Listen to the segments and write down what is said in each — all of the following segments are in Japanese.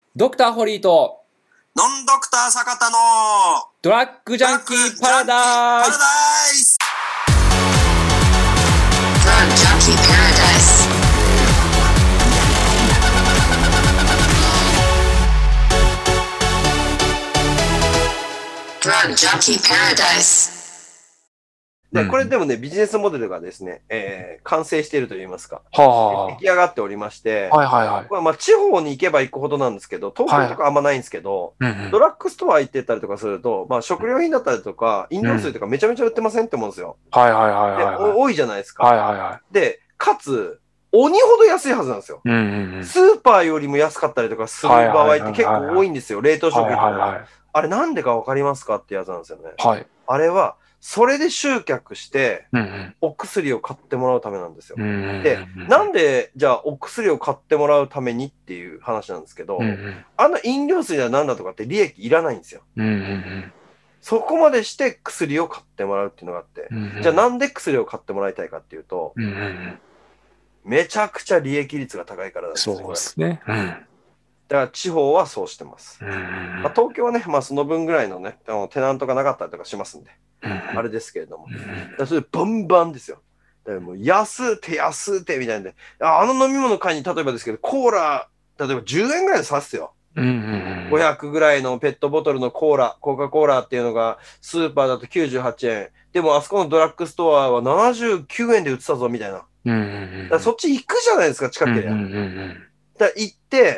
ドクターホリーとノンドクター坂田のドラッグジャンキーパラダイス。 Drug Junkie Paradise. Drug Junkie Paradise. で、これでもね、ビジネスモデルがですね、完成しているといいますか、 は出来上がっておりまして、 はいはいはい。 これはまあ地方に行けば行くほどなんですけど、東京とかあんまないんですけど、ドラッグストア行ってたりとかすると、まあ食料品だったりとか、飲料水とかめちゃめちゃ売ってませんって思うんですよ。 はいはいはいで、 はい。 多いじゃないですか。 はいはいはで、かつ、鬼ほど安いはずなんですよ。 い。うん。 スーパーよりも安かったりとかする場合って結構多いんですよ。冷凍食品とか。 はいはいはい。 あれなんでかわかりますかってやつなんですよね。 はい。 あれは、それで集客して、 うんお薬を買ってもらうためなんですよ。 うん。 で、なんで、じゃあお薬を買ってもらうためにっていう話なんですけど、あんな飲料水だなんだとかって利益いらないんですよ。そこまでして薬を買ってもらうっていうのがあって、じゃあなんで薬を買ってもらいたいかっていうと、めちゃくちゃ利益率が高いからなんですよ。 そうですね。 だから地方はそうしてます。まあ、東京はね、まあその分ぐらいのね、テナントがなかったりとかしますんで、あれですけれども。だからそれバンバンですよ。だからもう安うてみたいなんで、あの飲み物買いに、例えばですけど、コーラ、例えば10円ぐらいで刺すよ。500ぐらいのペットボトルのコーラ、コカ・コーラっていうのが、スーパーだと98円。でもあそこのドラッグストアは79円で売ってたぞ、みたいな。だからそっち行くじゃないですか、近ければ。だから行って、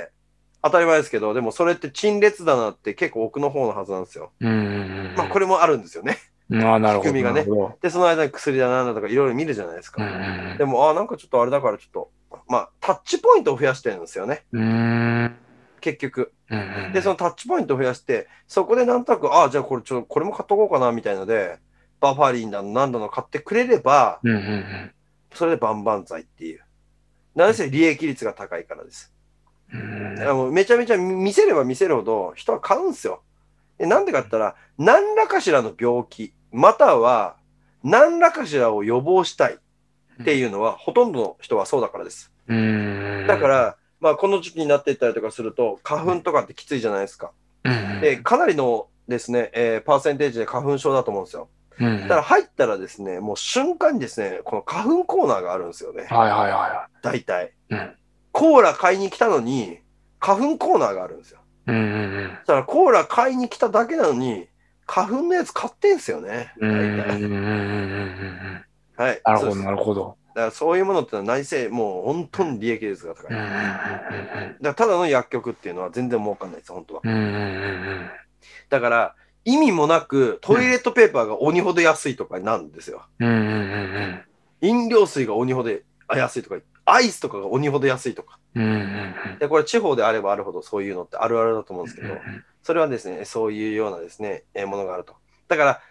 当たり前ですけど、でもそれって陳列棚って結構奥の方のはずなんですよ。まあこれもあるんですよね。 なるほど。 仕組みがね。で、その間に薬だなんだとかいろいろ見るじゃないですか。でも、なんかちょっとあれだからちょっと、まあタッチポイントを増やしてるんですよね。結局。で、そのタッチポイントを増やして、そこでなんとなく、じゃあこれこれも買っとこうかなみたいので、バファリンだのなんだの買ってくれれば、それでバンバン剤っていう。なんせ利益率が高いからです。めちゃめちゃ見せれば見せるほど人は買うんですよ。なんでかって言ったら、何らかしらの病気、または何らかしらを予防したいっていうのは、ほとんどの人はそうだからです。だから、まあこの時期になっていったりとかすると、花粉とかってきついじゃないですか。で、かなりのですね、パーセンテージで花粉症だと思うんですよ。だから入ったらですね、もう瞬間にですね、この花粉コーナーがあるんですよね。大体。コーラ買いに来たのに、花粉コーナーがあるんですよ。だからコーラ買いに来ただけなのに、花粉のやつ買ってんすよね。大体。はい。 なるほど、なるほど。 だからそういうものってのは内政、もう本当に利益率が高い。だからただの薬局っていうのは全然儲かんないです、本当は。だから、意味もなくトイレットペーパーが鬼ほど安いとかになるんですよ。飲料水が鬼ほど安いとか、アイスとかが鬼ほど安いとか。で、これ地方であればあるほどそういうのってあるあるだと思うんですけど、それはですね、そういうようなですね、ものがあると。だから、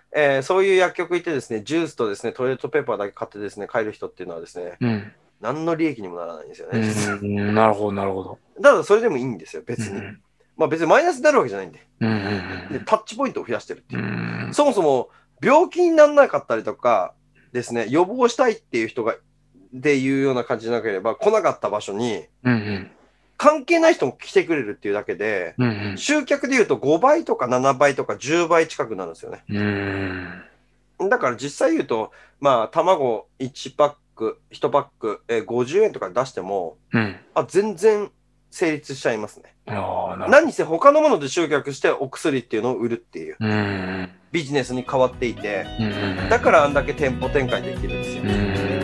そういう薬局行ってですね、ジュースとですね、トイレットペーパーだけ買ってですね、帰る人っていうのはですね、何の利益にもならないんですよね。 なるほど、なるほど。 ただそれでもいいんですよ、別に。まあ別にマイナスになるわけじゃないんで。で、タッチポイントを増やしてるっていう。そもそも病気にならなかったりとかですね、予防したいっていう人が、っていうような感じじゃなければ、来なかった場所に、関係ない人も来てくれるっていうだけで、集客で言うと5倍とか7倍とか10倍近くなるんですよね。だから実際言うと、まあ、卵1パック、1パック、50円とか出しても、全然成立しちゃいますね。何せ他のもので集客してお薬っていうのを売るっていうビジネスに変わっていて、だからあんだけ店舗展開できるんですよ。